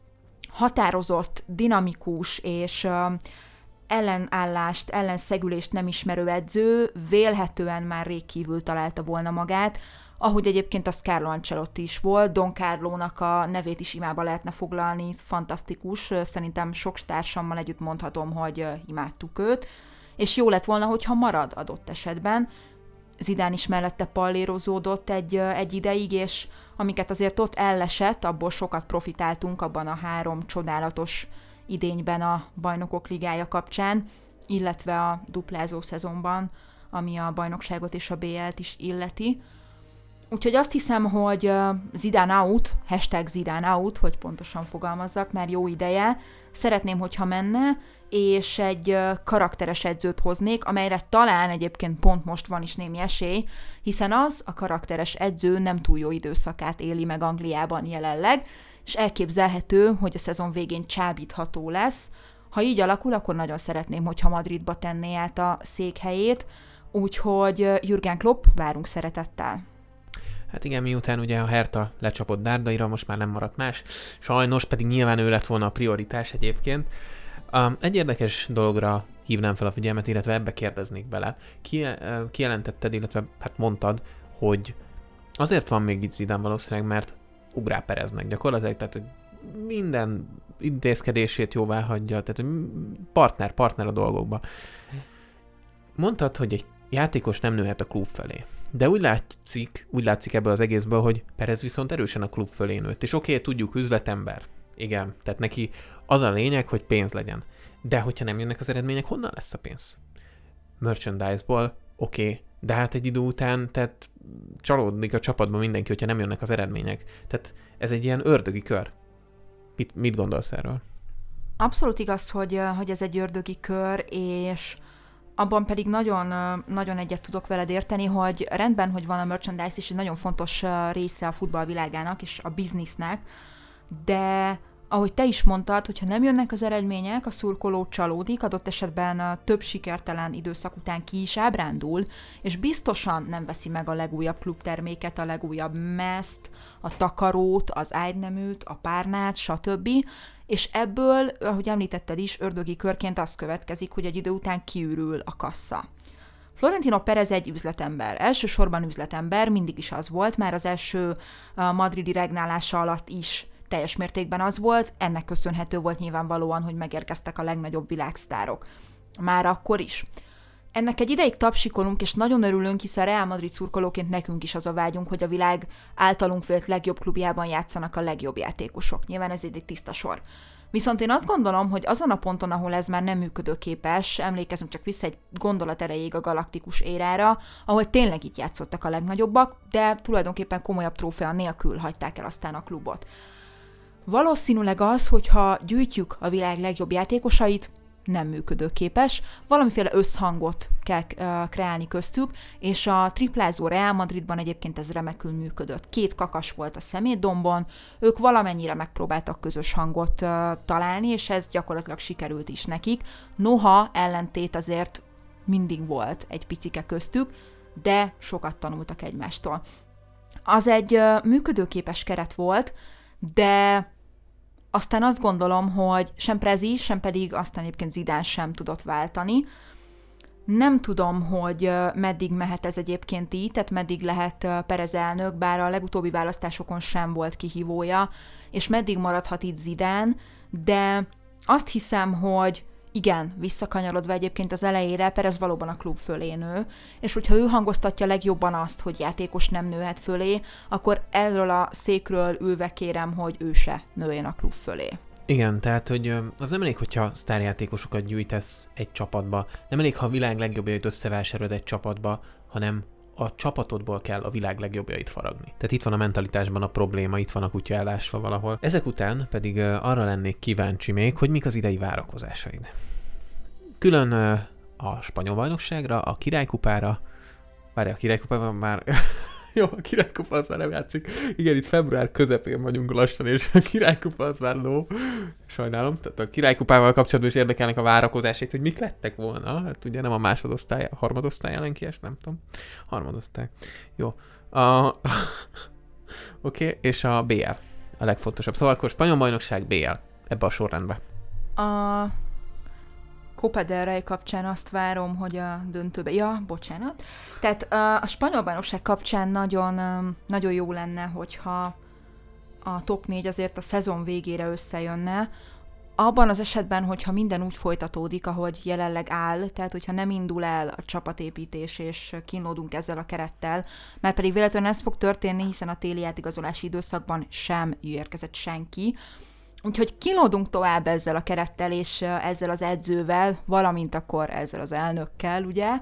határozott, dinamikus és ellenállást, ellenszegülést nem ismerő edző vélhetően már rég kívül találta volna magát, ahogy egyébként az Carlo Ancelotti is volt. Don Carlónak a nevét is imába lehetne foglalni, fantasztikus, szerintem sok társammal együtt mondhatom, hogy imádtuk őt, és jó lett volna, hogyha marad adott esetben. Zidane is mellette pallérozódott egy ideig, és amiket azért ott ellesett, abból sokat profitáltunk abban a 3 csodálatos idényben a Bajnokok Ligája kapcsán, illetve a duplázó szezonban, ami a bajnokságot és a BL-t is illeti. Úgyhogy azt hiszem, hogy Zidane out, #Zidane out, hogy pontosan fogalmazzak, már jó ideje. Szeretném, hogyha menne, és egy karakteres edzőt hoznék, amelyre talán egyébként pont most van is némi esély, hiszen az a karakteres edző nem túl jó időszakát éli meg Angliában jelenleg, és elképzelhető, hogy a szezon végén csábítható lesz. Ha így alakul, akkor nagyon szeretném, hogyha Madridba tenné át a székhelyét, úgyhogy Jürgen Klopp, várunk szeretettel. Hát igen, miután ugye a Hertha lecsapott Dárdaira, most már nem maradt más, sajnos pedig nyilván ő lett volna a prioritás egyébként. Egy érdekes dologra hívnám fel a figyelmet, illetve ebbe kérdeznék bele. Kijelentetted, illetve hát mondtad, hogy azért van még itt Zidane valószínűleg, mert Ugrá Pereznek gyakorlatilag, tehát hogy minden intézkedését jóvá hagyja, tehát partner a dolgokba. Mondtad, hogy egy játékos nem nőhet a klub felé. De úgy látszik ebből az egészből, hogy Perez viszont erősen a klub fölé nőtt. És oké, tudjuk, üzletember. Igen, tehát neki az a lényeg, hogy pénz legyen. De hogyha nem jönnek az eredmények, honnan lesz a pénz? Merchandise-ból, oké, de hát egy idő után, tehát csalódik a csapatban mindenki, hogyha nem jönnek az eredmények. Tehát ez egy ilyen ördögi kör. Mit gondolsz erről? Abszolút igaz, hogy ez egy ördögi kör, és abban pedig nagyon egyet tudok veled érteni, hogy rendben, hogy van a merchandise is egy nagyon fontos része a futballvilágának és a biznisznek, de ahogy te is mondtad, hogyha nem jönnek az eredmények, a szurkoló csalódik, adott esetben több sikertelen időszak után ki is ábrándul, és biztosan nem veszi meg a legújabb klubterméket, a legújabb mezt, a takarót, az ágyneműt, a párnát, stb. És ebből, ahogy említetted is, ördögi körként az következik, hogy egy idő után kiürül a kassa. Florentino Perez egy üzletember. Elsősorban üzletember, mindig is az volt, már az első madridi regnálása alatt is teljes mértékben az volt, ennek köszönhető volt nyilvánvalóan, hogy megérkeztek a legnagyobb világsztárok. Már akkor is. Ennek egy ideig tapsikolunk, és nagyon örülünk, hiszen Real Madrid szurkolóként nekünk is az a vágyunk, hogy a világ általunk vélt legjobb klubjában játszanak a legjobb játékosok. Nyilván ez egy tiszta sor. Viszont én azt gondolom, hogy azon a ponton, ahol ez már nem működőképes, emlékezünk csak vissza egy gondolat erejéig a galaktikus érára, ahol tényleg itt játszottak a legnagyobbak, de tulajdonképpen komolyabb trófea nélkül hagyták el aztán a klubot. Valószínűleg az, hogyha gyűjtjük a világ legjobb játékosait, nem működőképes, valamiféle összhangot kell kreálni köztük, és a triplázó Real Madridban egyébként ez remekül működött. 2 kakas volt a szemétdombon, ők valamennyire megpróbáltak közös hangot találni, és ez gyakorlatilag sikerült is nekik. Noha ellentét azért mindig volt egy picike köztük, de sokat tanultak egymástól. Az egy működőképes keret volt, de aztán azt gondolom, hogy sem Prezi, sem pedig aztán egyébként Zidane sem tudott váltani. Nem tudom, hogy meddig mehet ez egyébként így, tehát meddig lehet Perez elnök, bár a legutóbbi választásokon sem volt kihívója, és meddig maradhat itt Zidane, de azt hiszem, hogy igen, visszakanyarodva egyébként az elejére, Perez valóban a klub fölé nő, és hogyha ő hangoztatja legjobban azt, hogy játékos nem nőhet fölé, akkor erről a székről ülve kérem, hogy ő se nőjön a klub fölé. Igen, tehát, hogy az nem elég, hogyha sztárjátékosokat gyűjtesz egy csapatba, nem elég, ha a világ legjobbjait összevásárolod egy csapatba, hanem a csapatodból kell a világ legjobbjait faragni. Tehát itt van a mentalitásban a probléma, itt van a kutya elásva valahol. Ezek után pedig arra lennék kíváncsi még, hogy mik az idei várakozásaid. Külön a spanyol bajnokságra, a királykupára, várj, a királykupában már... Jó, a királykupa az már nem játszik. Igen, itt február közepén vagyunk lassan, és a királykupa az már no. Sajnálom. Tehát a királykupával kapcsolatban is érdekelnek a várakozásait, hogy mik lettek volna. Hát ugye nem a másodosztály, a harmadosztály ellen kies, nem tudom. Harmadosztály. Jó. Oké, és a BL. A legfontosabb. Szóval akkor spanyol bajnokság, BL. Ebbe a sorrendbe. A Copa del Rey kapcsán azt várom, hogy a döntőbe... Ja, bocsánat. Tehát a spanyol bajnokság kapcsán nagyon, nagyon jó lenne, hogyha a top 4 azért a szezon végére összejönne. Abban az esetben, hogyha minden úgy folytatódik, ahogy jelenleg áll, tehát hogyha nem indul el a csapatépítés, és kínlódunk ezzel a kerettel, mert pedig véletlenül ez fog történni, hiszen a téli átigazolási időszakban sem érkezett senki. Úgyhogy kínlódunk tovább ezzel a kerettel, és ezzel az edzővel, valamint akkor ezzel az elnökkel, ugye,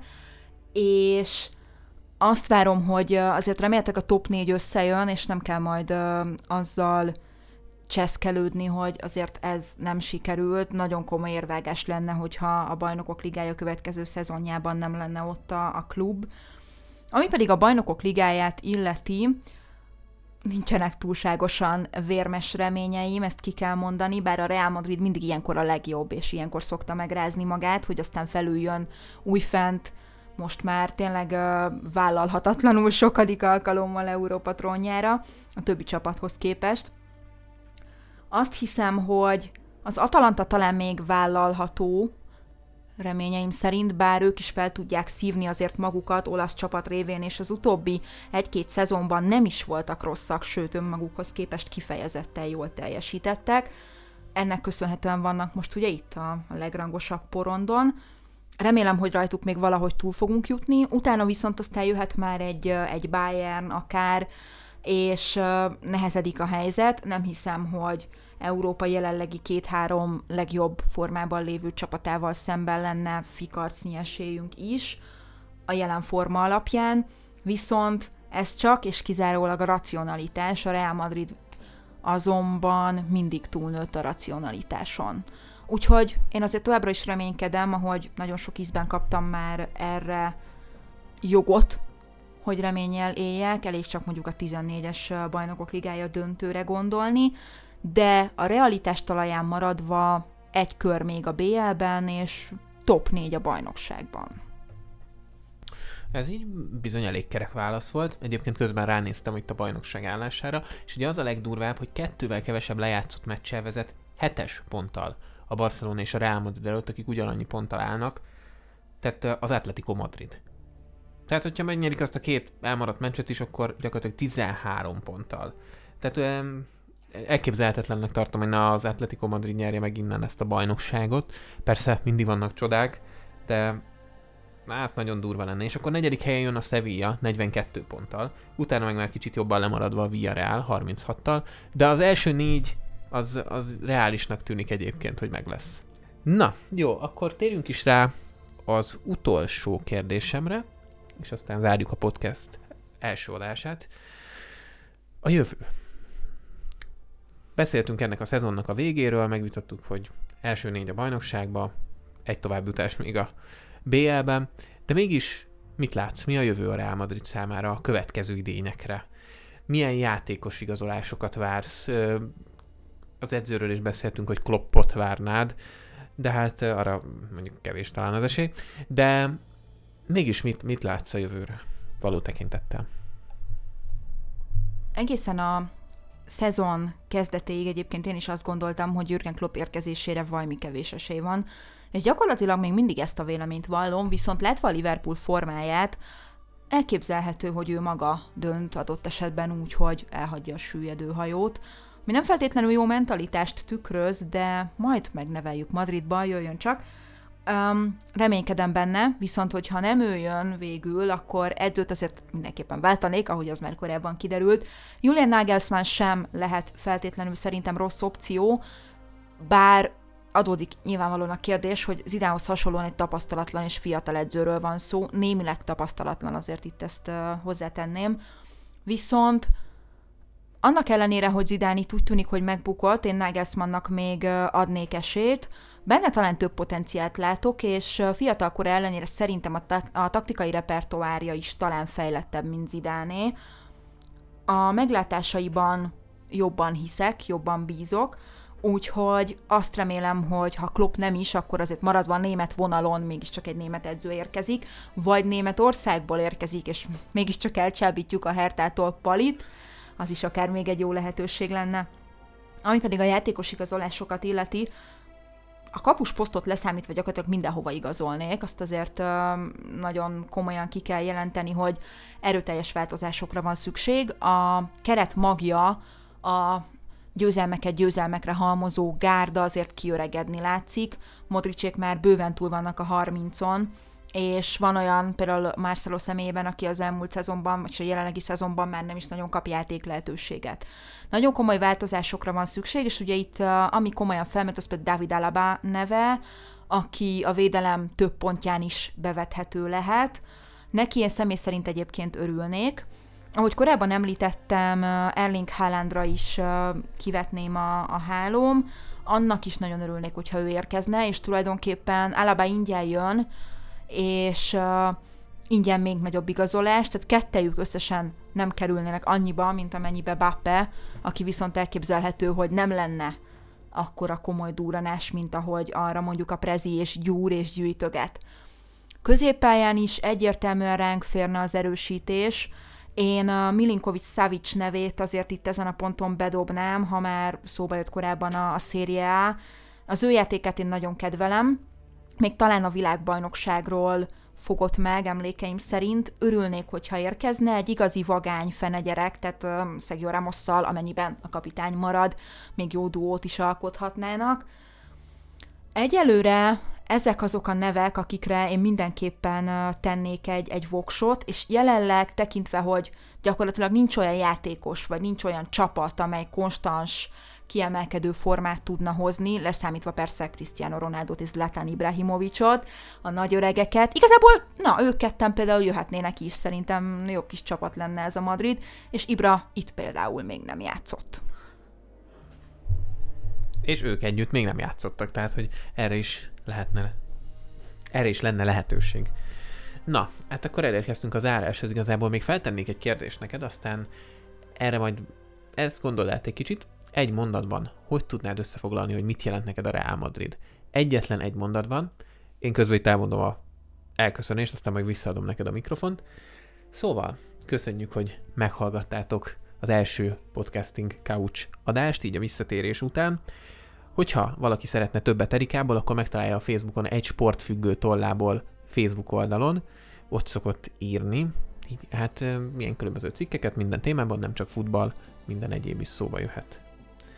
és azt várom, hogy azért reméltek a top 4 összejön, és nem kell majd azzal cseszkelődni, hogy azért ez nem sikerült. Nagyon komoly érvágás lenne, hogyha a Bajnokok Ligája következő szezonjában nem lenne ott a klub. Ami pedig a Bajnokok Ligáját illeti, nincsenek túlságosan vérmes reményeim, ezt ki kell mondani, bár a Real Madrid mindig ilyenkor a legjobb, és ilyenkor szokta megrázni magát, hogy aztán felüljön újfent, most már tényleg vállalhatatlanul sokadik alkalommal Európa trónjára a többi csapathoz képest. Azt hiszem, hogy az Atalanta talán még vállalható, reményeim szerint, bár ők is fel tudják szívni azért magukat olasz csapat révén, és az utóbbi 1-2 szezonban nem is voltak rosszak, sőt önmagukhoz képest kifejezetten jól teljesítettek. Ennek köszönhetően vannak most ugye itt a legrangosabb porondon. Remélem, hogy rajtuk még valahogy túl fogunk jutni, utána viszont aztán jöhet már egy Bayern akár, és nehezedik a helyzet. Nem hiszem, hogy Európa jelenlegi 2-3 legjobb formában lévő csapatával szemben lenne fikarcnyi esélyünk is a jelen forma alapján, viszont ez csak és kizárólag a racionalitás, a Real Madrid azonban mindig túlnőtt a racionalitáson. Úgyhogy én azért továbbra is reménykedem, ahogy nagyon sok ízben kaptam már erre jogot, hogy reménnyel éljek, elég csak mondjuk a 14-es Bajnokok Ligája döntőre gondolni, de a realitás talaján maradva egy kör még a BL-ben, és top 4 a bajnokságban. Ez így bizony elég kerek válasz volt. Egyébként közben ránéztem itt a bajnokság állására, és ugye az a legdurvább, hogy 2-vel kevesebb lejátszott meccsel vezet 7 ponttal a Barcelona és a Real Madrid előtt, akik ugyanannyi ponttal állnak, tehát az Atletico Madrid. Tehát, hogyha megnyerik azt a 2 elmaradt meccset is, akkor gyakorlatilag 13 ponttal. Tehát elképzelhetetlennek tartom, hogy az Atletico Madrid nyerje meg innen ezt a bajnokságot. Persze mindig vannak csodák, de hát nagyon durva lenne. És akkor 4. helyen jön a Sevilla 42 ponttal, utána meg már kicsit jobban lemaradva a Villarreal 36-tal, de az első 4 az reálisnak tűnik egyébként, hogy meg lesz. Na, jó, akkor térjünk is rá az utolsó kérdésemre, és aztán zárjuk a podcast első adását. A jövő. Beszéltünk ennek a szezonnak a végéről, megvitattuk, hogy első 4 a bajnokságba, egy továbbjutás még a BL-ben, de mégis mit látsz? Mi a jövő a Real Madrid számára a következő idényekre? Milyen játékos igazolásokat vársz? Az edzőről is beszéltünk, hogy Kloppot várnád, de hát arra mondjuk kevés talán az esély. De mégis mit látsz a jövőre való tekintettel? Egészen a szezon kezdetéig egyébként én is azt gondoltam, hogy Jürgen Klopp érkezésére valami kevés esély van, és gyakorlatilag még mindig ezt a véleményt vallom, viszont látva a Liverpool formáját, elképzelhető, hogy ő maga dönt adott esetben úgy, hogy elhagyja a süllyedő hajót, mi nem feltétlenül jó mentalitást tükröz, de majd megneveljük Madridba, jöjjön csak. Reménykedem benne, viszont hogyha nem ő jön végül, akkor edzőt azért mindenképpen váltanék, ahogy az már korábban kiderült. Julian Nagelsmann sem lehet feltétlenül szerintem rossz opció, bár adódik nyilvánvalóan a kérdés, hogy Zidánhoz hasonlóan egy tapasztalatlan és fiatal edzőről van szó, némileg tapasztalatlan, azért itt ezt hozzátenném. Viszont annak ellenére, hogy Zidán itt úgy tűnik, hogy megbukott, én Nagelsmannnak még adnék esélyt, benne talán több potenciált látok, és fiatalkor ellenére szerintem a taktikai repertoárja is talán fejlettebb, mint Zidáné. A meglátásaiban jobban hiszek, jobban bízok, úgyhogy azt remélem, hogy ha Klopp nem is, akkor azért maradva a német vonalon mégiscsak egy német edző érkezik, vagy Németországból érkezik, és mégiscsak elcsábítjuk a Hertától Palit, az is akár még egy jó lehetőség lenne. Ami pedig a játékos igazolásokat illeti, a kapus posztot leszámítva gyakorlatilag mindenhova igazolnék, azt azért nagyon komolyan ki kell jelenteni, hogy erőteljes változásokra van szükség. A keret magja, a győzelmekre halmozó gárda azért kiöregedni látszik. Modricsék már bőven túl vannak a 30-on, és van olyan, például Marcelo személyében, aki az elmúlt szezonban, vagy a jelenlegi szezonban már nem is nagyon kap játék lehetőséget. Nagyon komoly változásokra van szükség, és ugye itt ami komolyan felmerült, az például David Alaba neve, aki a védelem több pontján is bevethető lehet. Neki én személy szerint egyébként örülnék. Ahogy korábban említettem, Erling Haalandra is kivetném a hálóm, annak is nagyon örülnék, hogyha ő érkezne, és tulajdonképpen Alaba ingyen jön, és ingyen még nagyobb igazolás, tehát kettejük összesen nem kerülnének annyiba, mint amennyibe Mbappé, aki viszont elképzelhető, hogy nem lenne akkora komoly durranás, mint ahogy arra mondjuk a Prezi és gyúr és gyűjtöget. Középpályán is egyértelműen ránk férne az erősítés. Én Milinkovic-Savic nevét azért itt ezen a ponton bedobnám, ha már szóba jött korábban a Serie A. Az ő játékát én nagyon kedvelem, még talán a világbajnokságról fogott meg emlékeim szerint. Örülnék, hogyha érkezne egy igazi vagány fenegyerek, tehát Sergio Ramosszal, amennyiben a kapitány marad, még jó duót is alkothatnának. Egyelőre ezek azok a nevek, akikre én mindenképpen tennék egy voksot, és jelenleg tekintve, hogy gyakorlatilag nincs olyan játékos, vagy nincs olyan csapat, amely konstans, kiemelkedő formát tudna hozni, leszámítva persze Cristiano Ronaldot és Zlatan Ibrahimovicot, a nagy öregeket. Igazából, ők ketten például jöhetnének is, szerintem jó kis csapat lenne ez a Madrid, és Ibra itt például még nem játszott. És ők együtt még nem játszottak, tehát hogy erre is lenne lehetőség. Na, hát akkor elérkeztünk az záráshoz, igazából még feltennék egy kérdést neked, aztán erre majd ezt gondold át egy kicsit. Egy mondatban, hogy tudnád összefoglalni, hogy mit jelent neked a Real Madrid? Egyetlen egy mondatban, én közben itt elmondom a elköszönést, aztán majd visszaadom neked a mikrofont. Szóval, köszönjük, hogy meghallgattátok az első podcasting couch adást, így a visszatérés után. Hogyha valaki szeretne többet Erikából, akkor megtalálja a Facebookon egy sportfüggő tollából Facebook oldalon, ott szokott írni, hát milyen különböző cikkeket minden témában, nem csak futball, minden egyéb is szóba jöhet.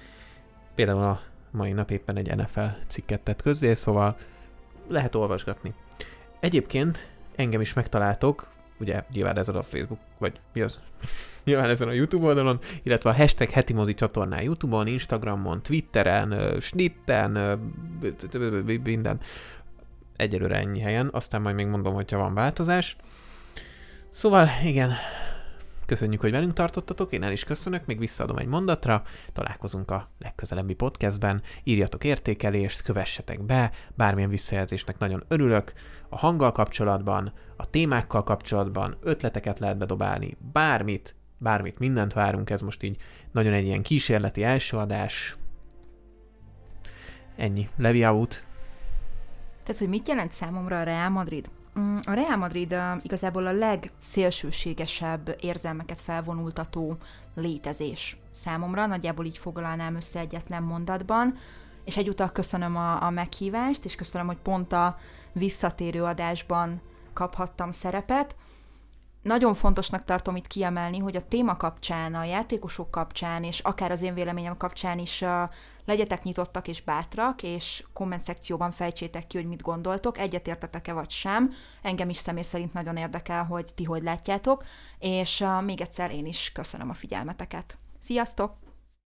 Például a mai nap éppen egy NFL cikket tett közzé, szóval lehet olvasgatni. Egyébként engem is megtaláltok, ugye nyilván ezen a Facebook, vagy mi az? Nyilván ezen a YouTube oldalon, illetve a hashtag Hetimozi csatornán YouTube-on, Instagramon, Twitteren, Snitten, minden. Egyelőre ennyi helyen, aztán majd még mondom, hogyha van változás. Szóval igen, köszönjük, hogy velünk tartottatok, én el is köszönök, még visszaadom egy mondatra, találkozunk a legközelebbi podcastben, írjatok értékelést, kövessetek be, bármilyen visszajelzésnek nagyon örülök, a hanggal kapcsolatban, a témákkal kapcsolatban, ötleteket lehet bedobálni, bármit, mindent várunk, ez most így nagyon egy ilyen kísérleti első adás. Ennyi, Levi out. Tehát, hogy mit jelent számomra a Real Madrid? A Real Madrid igazából a legszélsőségesebb érzelmeket felvonultató létezés számomra, nagyjából így foglalnám össze egyetlen mondatban, és egyúttal köszönöm a meghívást, és köszönöm, hogy pont a visszatérő adásban kaphattam szerepet. Nagyon fontosnak tartom itt kiemelni, hogy a téma kapcsán, a játékosok kapcsán, és akár az én véleményem kapcsán is legyetek nyitottak és bátrak, és komment szekcióban fejtsétek ki, hogy mit gondoltok, egyetértetek-e vagy sem. Engem is személy szerint nagyon érdekel, hogy ti hogy látjátok, és még egyszer én is köszönöm a figyelmeteket. Sziasztok!